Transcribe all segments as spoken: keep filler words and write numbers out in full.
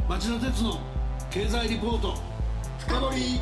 町田鉄の経済リポート深掘り。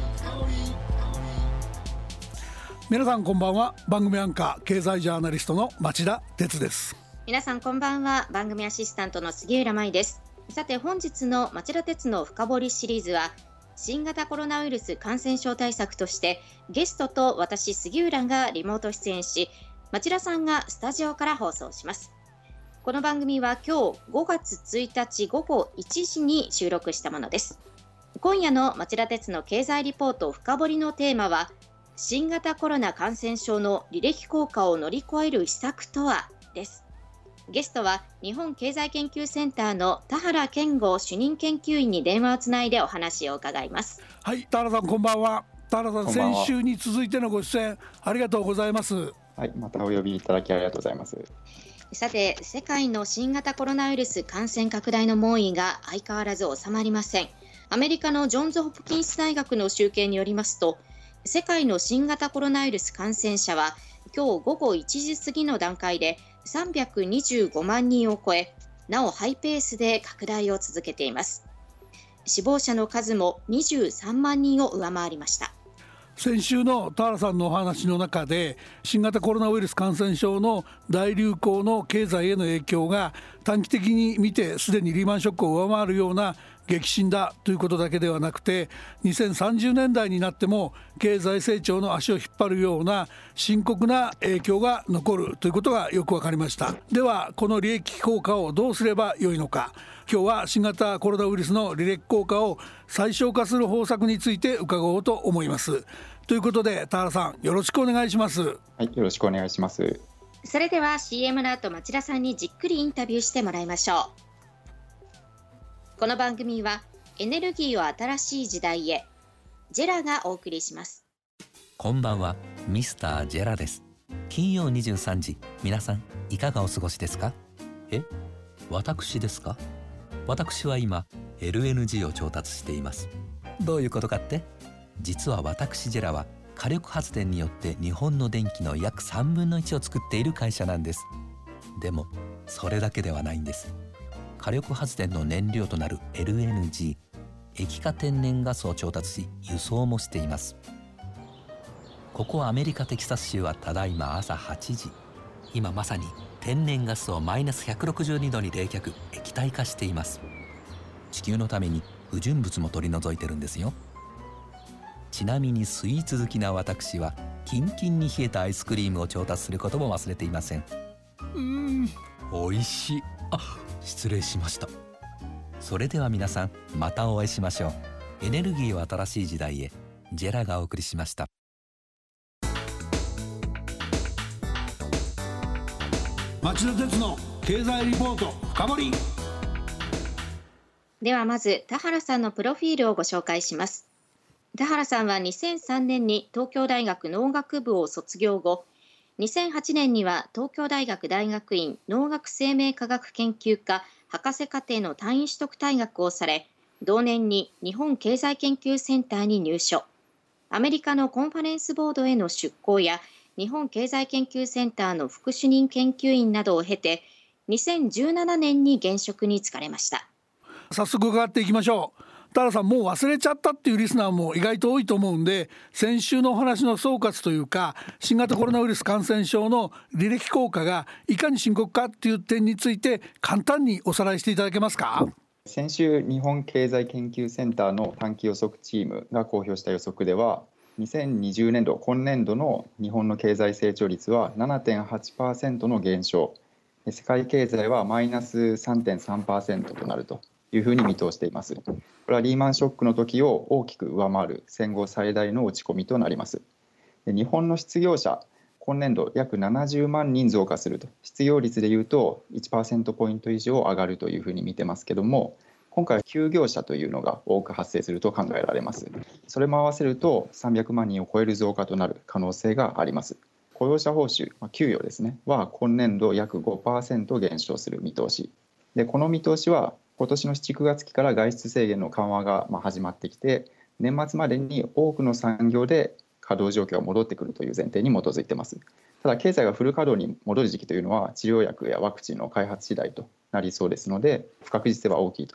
皆さんこんばんは。番組アンカー経済ジャーナリストの町田鉄です。 皆さんこんばんは。番組アシスタントの杉浦舞です。さて本日の町田鉄の深掘りシリーズは、新型コロナウイルス感染症対策としてゲストと私杉浦がリモート出演し、町田さんがスタジオから放送します。この番組は今日ごがつついたち午後いちじに収録したものです。今夜の町田鉄の経済リポート深掘りのテーマは、新型コロナ感染症の履歴効果を乗り越える施策とはです。ゲストは日本経済研究センターの田原健吾主任研究員に電話をつないでお話を伺います。 はい、田原さんこんばんは。田原さん、先週に続いてのご出演ありがとうございます。 はい、またお呼びいただきありがとうございます。 さて、世界の新型コロナウイルス感染拡大の猛威が相変わらず収まりません。アメリカのジョンズ・ホプキンス大学の集計によりますと、世界の新型コロナウイルス感染者は今日午後いちじ過ぎの段階でさんびゃくにじゅうごまんにんを超え、なおハイペースで拡大を続けています。死亡者の数もにじゅうさんまんにんを上回りました。 先週の田原さんのお話の中で、新型コロナウイルス感染症の大流行の経済への影響が短期的に見てすでにリーマンショックを上回るような激震だということだけではなくて、にせんさんじゅうねんだいになっても経済成長の足を引っ張るような深刻な影響が残るということがよく分かりました。ではこの履歴効果をどうすればよいのか、今日は新型コロナウイルスの履歴効果を最小化する方策について伺おうと思います。ということで田原さん、よろしくお願いします。 はい、よろしくお願いします。 それでは シーエム の後、町田さんにじっくりインタビューしてもらいましょう。この番組はエネルギーを新しい時代へ、ジェラがお送りします。 こんばんは、ミスタージェラです。金曜にじゅうさんじ、皆さんいかがお過ごしですか？え、私ですか？私は今 エルエヌジー を調達しています。どういうことかって？実は私ジェラは火力発電によって日本の電気の約さんぶんのいちを作っている会社なんです。でもそれだけではないんです。火力発電の燃料となる エルエヌジー、 液化天然ガスを調達し輸送もしています。ここアメリカテキサス州はただいま朝はちじ。今まさに天然ガスをマイナスひゃくろくじゅうにどに冷却液体化しています。地球のために不純物も取り除いてるんですよ。ちなみにスイーツ好きな私はキンキンに冷えたアイスクリームを調達することも忘れていません。うーん、おいしい。あ、失礼しました。それでは皆さん、またお会いしましょう。エネルギーを新しい時代へ、ジェラがお送りしました。 町田鉄の経済リポート深掘り。 ではまず田原さんのプロフィールをご紹介します。田原さんはにせんさんねんに東京大学農学部を卒業後、にせんはちねんには東京大学大学院農学生命科学研究科博士課程の単位取得退学をされ、同年に日本経済研究センターに入所。アメリカのコンファレンスボードへの出向や日本経済研究センターの副主任研究員などを経て、にせんじゅうななねんに現職に就かれました。 早速伺っていきましょう。田原さん、もう忘れちゃったっていうリスナーも意外と多いと思うんで、先週のお話の総括というか、新型コロナウイルス感染症の履歴効果がいかに深刻かっていう点について簡単におさらいしていただけますか？ 先週日本経済研究センターの短期予測チームが公表した予測では、にせんにじゅうねんど今年度の日本の経済成長率は ななてんはちパーセント の減少、世界経済はマイナス さんてんさんパーセント となるというふうに見通しています。これはリーマンショックの時を大きく上回る戦後最大の落ち込みとなります。で、日本の失業者、今年度約ななじゅうまんにん増加すると、失業率でいうと いちパーセント ポイント以上上がるというふうに見てますけども、今回は休業者というのが多く発生すると考えられます。それも合わせるとさんびゃくまんにんを超える増加となる可能性があります。雇用者報酬、給与ですね、は今年度約 ごパーセント 減少する見通しで、この見通しは今年のしち、くがつ期から外出制限の緩和が始まってきて、年末までに多くの産業で稼働状況が戻ってくるという前提に基づいています。ただ経済がフル稼働に戻る時期というのは治療薬やワクチンの開発次第となりそうですので、不確実性は大きいと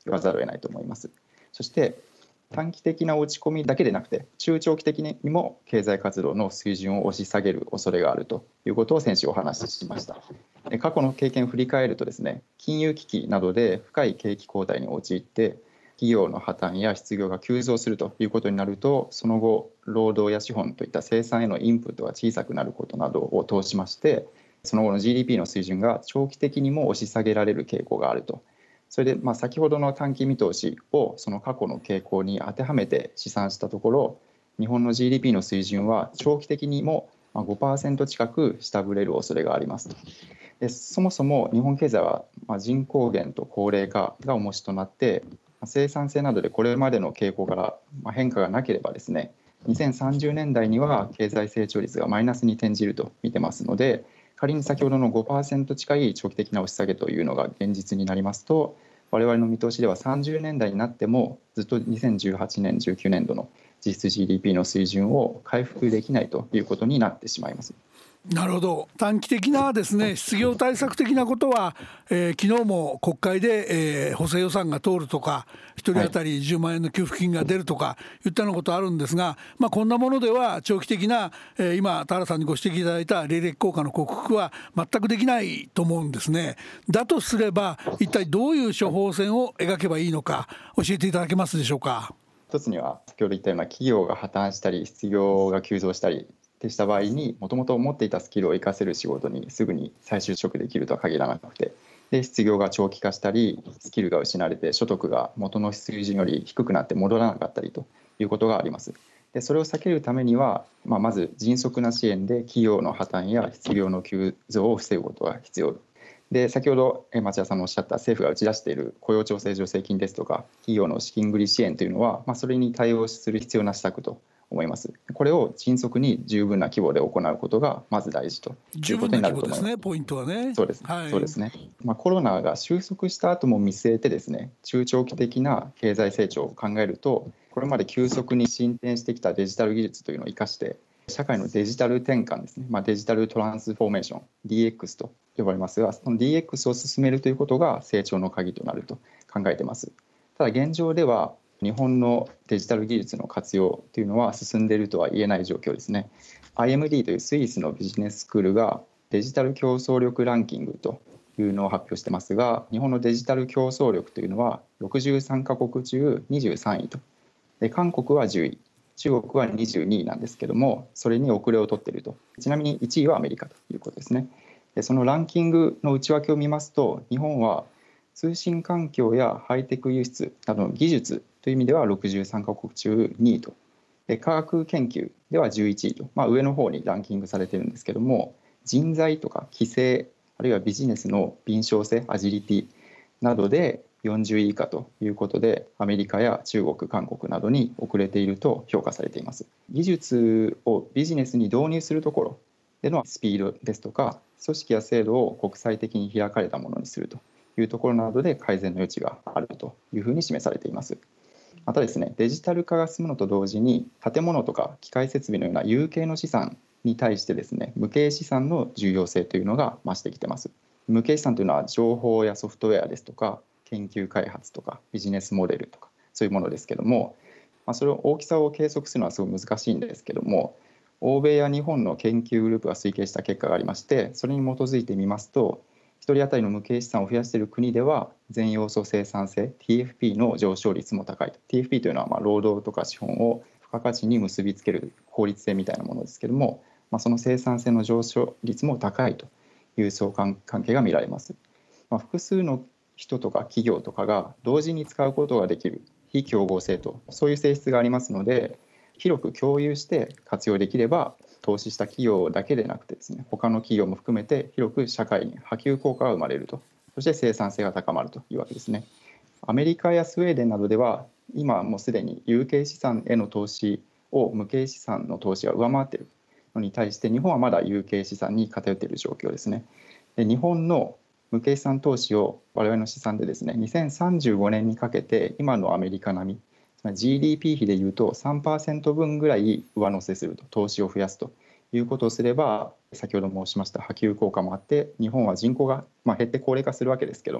言わざるを得ないと思います。そして短期的な落ち込みだけでなくて、中長期的にも経済活動の水準を押し下げる恐れがあるということを先週お話ししました。過去の経験を振り返るとですね、金融危機などで深い景気後退に陥って企業の破綻や失業が急増するということになると、その後労働や資本といった生産へのインプットが小さくなることなどを通しまして、その後の ジーディーピー の水準が長期的にも押し下げられる傾向があると。それでまあ先ほどの短期見通しをその過去の傾向に当てはめて試算したところ、日本の ジーディーピー の水準は長期的にも ごパーセント 近く下振れる恐れがあります。でそもそも日本経済はまあ人口減と高齢化が重しとなって、生産性などでこれまでの傾向からまあ変化がなければですね、にせんさんじゅうねんだいには経済成長率がマイナスに転じると見てますので、仮に先ほどの ごパーセント 近い長期的な押し下げというのが現実になりますと、我々の見通しではさんじゅうねんだいになってもずっとにせんじゅうはちねん、じゅうきゅうねんどの実質 ジーディーピー の水準を回復できないということになってしまいます。 なるほど。短期的なですね、失業対策的なことは、えー、昨日も国会で、えー、補正予算が通るとか、ひとり当たりじゅうまんえんの給付金が出るとかいったようなことあるんですが、まあ、こんなものでは長期的な、えー、今田原さんにご指摘いただいた冷却効果の克服は全くできないと思うんですね。だとすれば一体どういう処方箋を描けばいいのか教えていただけますでしょうか。 一つには先ほど言ったような企業が破綻したり失業が急増したりってした場合に、もともと持っていたスキルを生かせる仕事にすぐに再就職できるとは限らなくて、で失業が長期化したりスキルが失われて所得が元の水準より低くなって戻らなかったりということがあります。でそれを避けるためには、まあ、まず迅速な支援で企業の破綻や失業の急増を防ぐことが必要で、先ほど町田さんのおっしゃった政府が打ち出している雇用調整助成金ですとか企業の資金繰り支援というのは、まあ、それに対応する必要な施策と思います。これを迅速に十分な規模で行うことがまず大事ということになると思います。 十分な規模ですね、ポイントはね。 そうです、はい、そうですね。まあ、コロナが収束した後も見据えてですね、中長期的な経済成長を考えると、これまで急速に進展してきたデジタル技術というのを生かして社会のデジタル転換ですね、まあ、デジタルトランスフォーメーション ディーエックス と呼ばれますが、その ディーエックス を進めるということが成長の鍵となると考えています。ただ現状では日本のデジタル技術の活用というのは進んでいるとは言えない状況ですね。 アイエムディー というスイスのビジネススクールがデジタル競争力ランキングというのを発表してますが、日本のデジタル競争力というのはろくじゅうさんカ国中にじゅうさんいと、で韓国はじゅうい、中国はにじゅうにいなんですけども、それに遅れを取っていると。ちなみにいちいはアメリカということですね。でそのランキングの内訳を見ますと、日本は通信環境やハイテク輸出などの技術という意味ではろくじゅうさんカ国中にいと、で科学研究ではじゅういちいと、まあ、上の方にランキングされているんですけども、人材とか規制、あるいはビジネスの敏捷性、アジリティなどでよんじゅうい以下ということで、アメリカや中国、韓国などに遅れていると評価されています。技術をビジネスに導入するところでのスピードですとか、組織や制度を国際的に開かれたものにするというところなどで改善の余地があるというふうに示されています。またですね、デジタル化が進むのと同時に、建物とか機械設備のような有形の資産に対してですね、無形資産の重要性というのが増してきています。無形資産というのは情報やソフトウェアですとか研究開発とかビジネスモデルとかそういうものですけども、まあ、それを大きさを計測するのはすごい難しいんですけども、欧米や日本の研究グループが推計した結果がありまして、それに基づいてみますと、ひとり当たりの無形資産を増やしている国では全要素生産性 ティーエフピー の上昇率も高いと。 ティーエフピー というのはまあ労働とか資本を付加価値に結びつける効率性みたいなものですけども、まあ、その生産性の上昇率も高いという相関関係が見られます。まあ、複数の人とか企業とかが同時に使うことができる非競合性と、そういう性質がありますので、広く共有して活用できれば、投資した企業だけでなくてですね、他の企業も含めて広く社会に波及効果が生まれると、そして生産性が高まるというわけですね。アメリカやスウェーデンなどでは今もうすでに有形資産への投資を無形資産の投資が上回っているのに対して、日本はまだ有形資産に偏っている状況ですね。で日本の無形資産投資を我々の試算でですね、にせんさんじゅうごねんにかけて今のアメリカ並み、つまり ジーディーピー 比でいうと さんパーセント 分ぐらい上乗せすると、投資を増やすということをすれば、先ほど申しました波及効果もあって、日本は人口が、まあ、減って高齢化するわけですけども、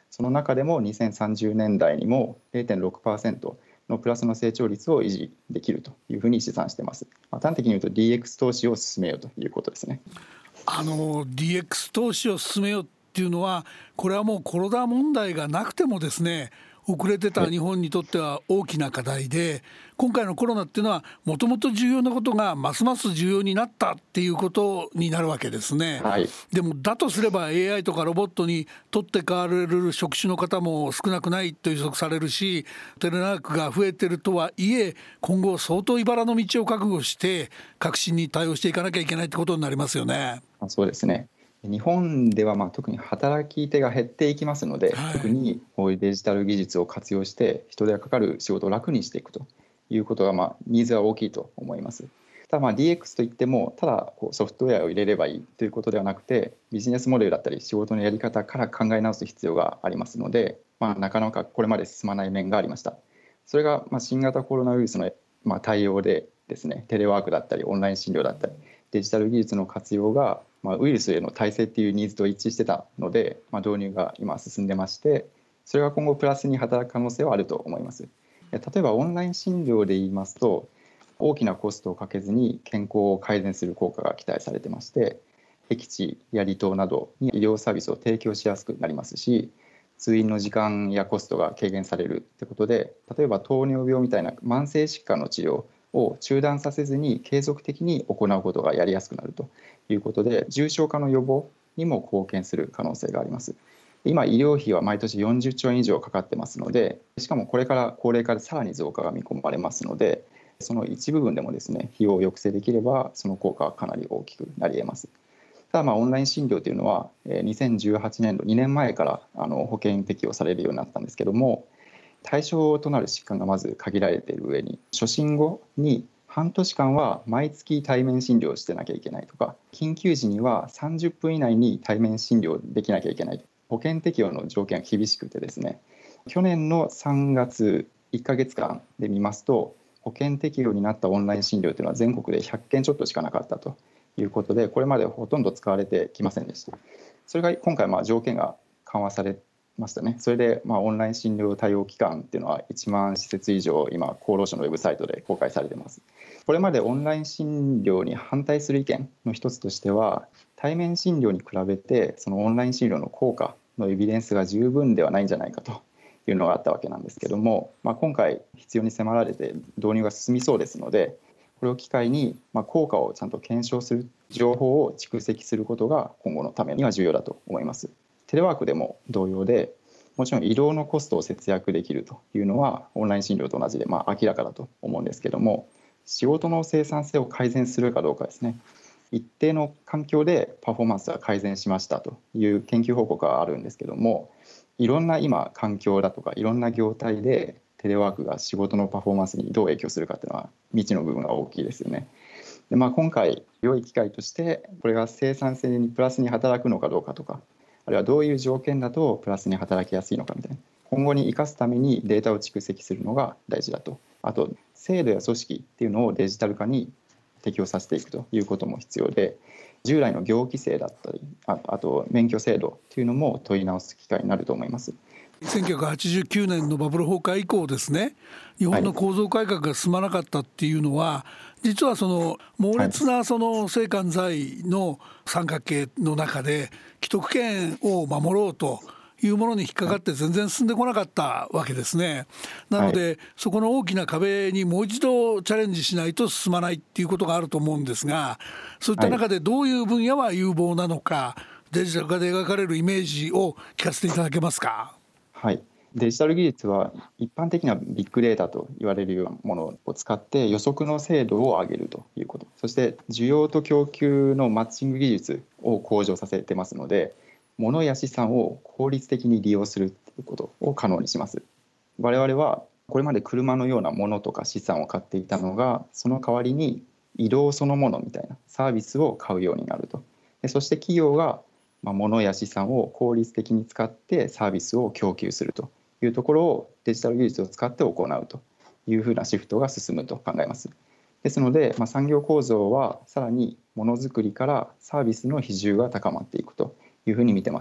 その中でもにせんさんじゅうねんだいにも れいてんろくパーセント のプラスの成長率を維持できるというふうに試算しています。まあ、端的に言うと ディーエックス 投資を進めようということですね。 あの ディーエックス 投資を進めようっていうのは、これはもうコロナ問題がなくてもですね、遅れてた日本にとっては大きな課題で、今回のコロナっていうのはもともと重要なことがますます重要になったっていうことになるわけですね、 はい、 でもだとすれば エーアイ とかロボットに取って代われる職種の方も少なくないと予測されるし、テレワークが増えてるとはいえ、今後相当茨の道を覚悟して革新に対応していかなきゃいけないってことになりますよね。 そうですね。日本ではまあ特に働き手が減っていきますので、はい、特にこういうデジタル技術を活用して人手がかかる仕事を楽にしていくということがまあニーズは大きいと思います。ただまあ ディーエックス といってもただこうソフトウェアを入れればいいということではなくて、ビジネスモデルだったり仕事のやり方から考え直す必要がありますので、まあ、なかなかこれまで進まない面がありました。それがまあ新型コロナウイルスのまあ対応でですね、テレワークだったりオンライン診療だったりデジタル技術の活用がまあウイルスへの耐性っていうニーズと一致してたので、まあ、導入が今進んでまして、それが今後プラスに働く可能性はあると思います。例えばオンライン診療で言いますと、大きなコストをかけずに健康を改善する効果が期待されてまして、僻地や離島などに医療サービスを提供しやすくなりますし、通院の時間やコストが軽減されるってことで、例えば糖尿病みたいな慢性疾患の治療を中断させずに継続的に行うことがやりやすくなるということで、重症化の予防にも貢献する可能性があります。今医療費は毎年よんじゅっちょうえん以上かかってますので、しかもこれから高齢化でさらに増加が見込まれますので、その一部分でもですね、費用を抑制できればその効果はかなり大きくなり得ます。ただまあオンライン診療というのはにせんじゅうはちねんどにねんまえからあの保険適用されるようになったんですけども、対象となる疾患がまず限られている上に、初診後に半年間は毎月対面診療をしてなきゃいけないとか、緊急時にはさんじゅっぷん以内に対面診療できなきゃいけない、保険適用の条件が厳しくてですね、去年のさんがついっかげつかんで見ますと、保険適用になったオンライン診療というのは全国でひゃっけんちょっとしかなかったということで、これまでほとんど使われてきませんでした。それが今回まあ条件が緩和されましたね。それでまあオンライン診療対応期間っていうのはいちまんしせつ以上今厚労省のウェブサイトで公開されています。これまでオンライン診療に反対する意見の一つとしては、対面診療に比べてそのオンライン診療の効果のエビデンスが十分ではないんじゃないかというのがあったわけなんですけども、まあ、今回必要に迫られて導入が進みそうですので、これを機会にまあ効果をちゃんと検証する情報を蓄積することが今後のためには重要だと思います。テレワークでも同様で、もちろん移動のコストを節約できるというのはオンライン診療と同じでまあ明らかだと思うんですけども、仕事の生産性を改善するかどうかですね。一定の環境でパフォーマンスが改善しましたという研究報告があるんですけども、いろんな今環境だとかいろんな業態でテレワークが仕事のパフォーマンスにどう影響するかというのは未知の部分が大きいですよね。で、まあ、今回良い機会としてこれが生産性にプラスに働くのかどうかとか、あるいはどういう条件だとプラスに働きやすいのかみたいな、今後に生かすためにデータを蓄積するのが大事だと。あと制度や組織っていうのをデジタル化に適用させていくということも必要で、従来の業規制だったり あ, あと免許制度というのも問い直す機会になると思います。 せんきゅうひゃくはちじゅうきゅうねんのバブル崩壊以降ですね、日本の構造改革が進まなかったっていうのは、はい、実はその猛烈なその性関財の三角形の中で既得権を守ろうというものに引っかかって全然進んでこなかったわけですね。なので、はい、そこの大きな壁にもう一度チャレンジしないと進まないっていうことがあると思うんですが、そういった中でどういう分野は有望なのか、デジタル化で描かれるイメージを聞かせていただけますか。 はい、デジタル技術は一般的なビッグデータと言われるようなものを使って予測の精度を上げるということ、そして需要と供給のマッチング技術を向上させてますので、物や資産を効率的に利用するということを可能にします。我々はこれまで車のようなものとか資産を買っていたのが、その代わりに移動そのものみたいなサービスを買うようになると。でそして企業がまあ物や資産を効率的に使ってサービスを供給するというところをデジタル技術を使って行うというふうなシフトが進むと考えます。ですので、まあ、産業構造はさらにものづくりからサービスの比重が高まっていくというふうに見てます。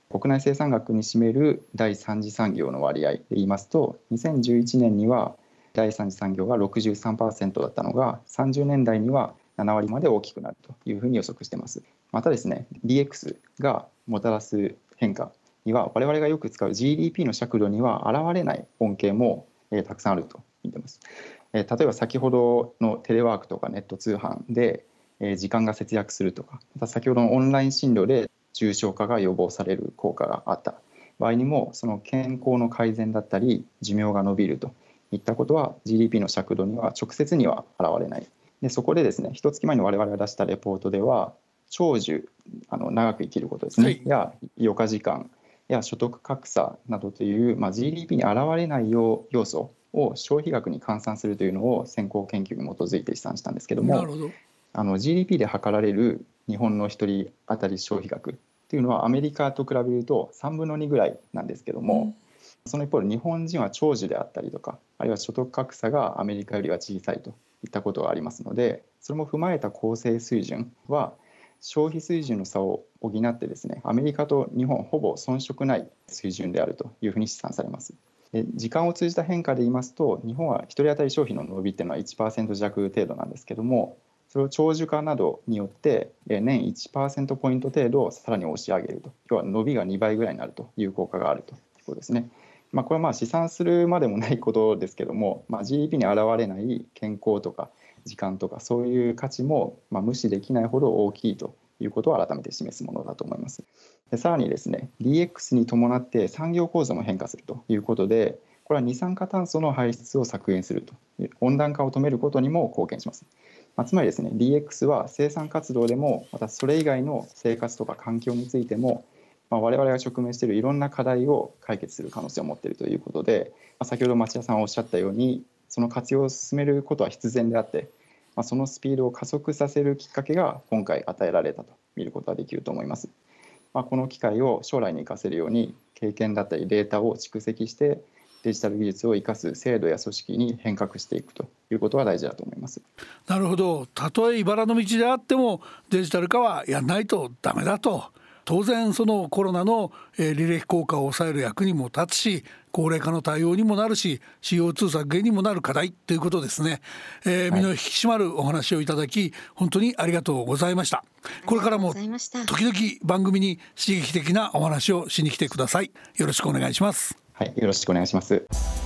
国内生産額に占める第三次産業の割合で言いますと、にせんじゅういちねんには第三次産業が ろくじゅうさんパーセント だったのがさんじゅうねんだいにはななわりまで大きくなるというふうに予測しています。またですね、 ディーエックス がもたらす変化には我々がよく使う ジーディーピー の尺度には現れない恩恵も、えー、たくさんあると見ています。えー、例えば先ほどのテレワークとかネット通販で、えー、時間が節約するとか、また先ほどのオンライン診療で重症化が予防される効果があった場合にも、その健康の改善だったり寿命が伸びるといったことは ジーディーピー の尺度には直接には現れない。でそこでですね、一月前に我々が出したレポートでは、長寿、あの長く生きることですね、はい、や余暇時間や所得格差などという、まあ、ジーディーピー に現れない要素を消費額に換算するというのを先行研究に基づいて試算したんですけども、 なるほど。 あの ジーディーピー で測られる日本のひとり当たり消費額というのはアメリカと比べるとさんぶんのにぐらいなんですけども、うん、その一方で日本人は長寿であったりとか、あるいは所得格差がアメリカよりは小さいといったことがありますので、それも踏まえた構成水準は消費水準の差を補ってですね、アメリカと日本ほぼ遜色ない水準であるというふうに試算されます。で時間を通じた変化で言いますと、日本はひとり当たり消費の伸びっていうのは いちパーセント 弱程度なんですけども、それを長寿化などによって年 いちパーセント ポイント程度さらに押し上げると、要は伸びがにばいぐらいになるという効果があるということですね。まあ、これはまあ試算するまでもないことですけども、まあ、ジーディーピー に現れない健康とか時間とかそういう価値もまあ無視できないほど大きいということを改めて示すものだと思います。でさらにですね、 ディーエックス に伴って産業構造も変化するということで、これは二酸化炭素の排出を削減するという温暖化を止めることにも貢献します。まあ、つまりですね、 ディーエックス は生産活動でもまたそれ以外の生活とか環境についても、まあ、我々が直面しているいろんな課題を解決する可能性を持っているということで、まあ、先ほど町田さんがおっしゃったように、その活用を進めることは必然であって、まあ、そのスピードを加速させるきっかけが今回与えられたと見ることができると思います。まあ、この機会を将来に生かせるように経験だったりデータを蓄積してデジタル技術を生かす制度や組織に変革していくということが大事だと思います。 なるほど。たとえ茨の道であってもデジタル化はやらないとダメだと。当然そのコロナの履歴効果を抑える役にも立つし、高齢化の対応にもなるし シーオーツー 削減にもなる課題ということですね。えー、身の引き締まるお話をいただき本当にありがとうございました。これからも時々番組に刺激的なお話をしに来てください。よろしくお願いします。 はい、よろしくお願いします。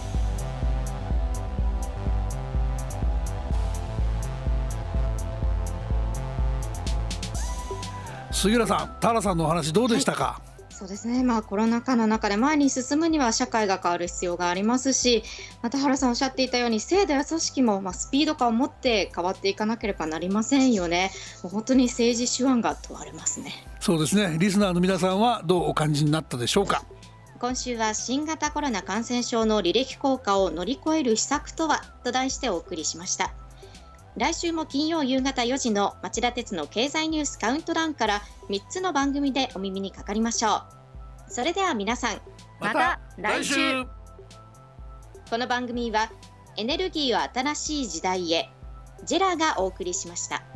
杉浦さん、田原さんのお話どうでしたか？ はい、そうですね、まあ、コロナ禍の中で前に進むには社会が変わる必要がありますし、また田原さんおっしゃっていたように制度や組織もまあスピード感を持って変わっていかなければなりませんよね。もう本当に政治手腕が問われますね。 そうですね。リスナーの皆さんはどうお感じになったでしょうか？ 今週は新型コロナ感染症の履歴効果を乗り越える施策とはと題してお送りしました。来週も金曜夕方よじの町田鉄の経済ニュースカウントダウンからみっつの番組でお耳にかかりましょう。それでは皆さん、また来週。この番組はエネルギーを新しい時代へジェラがお送りしました。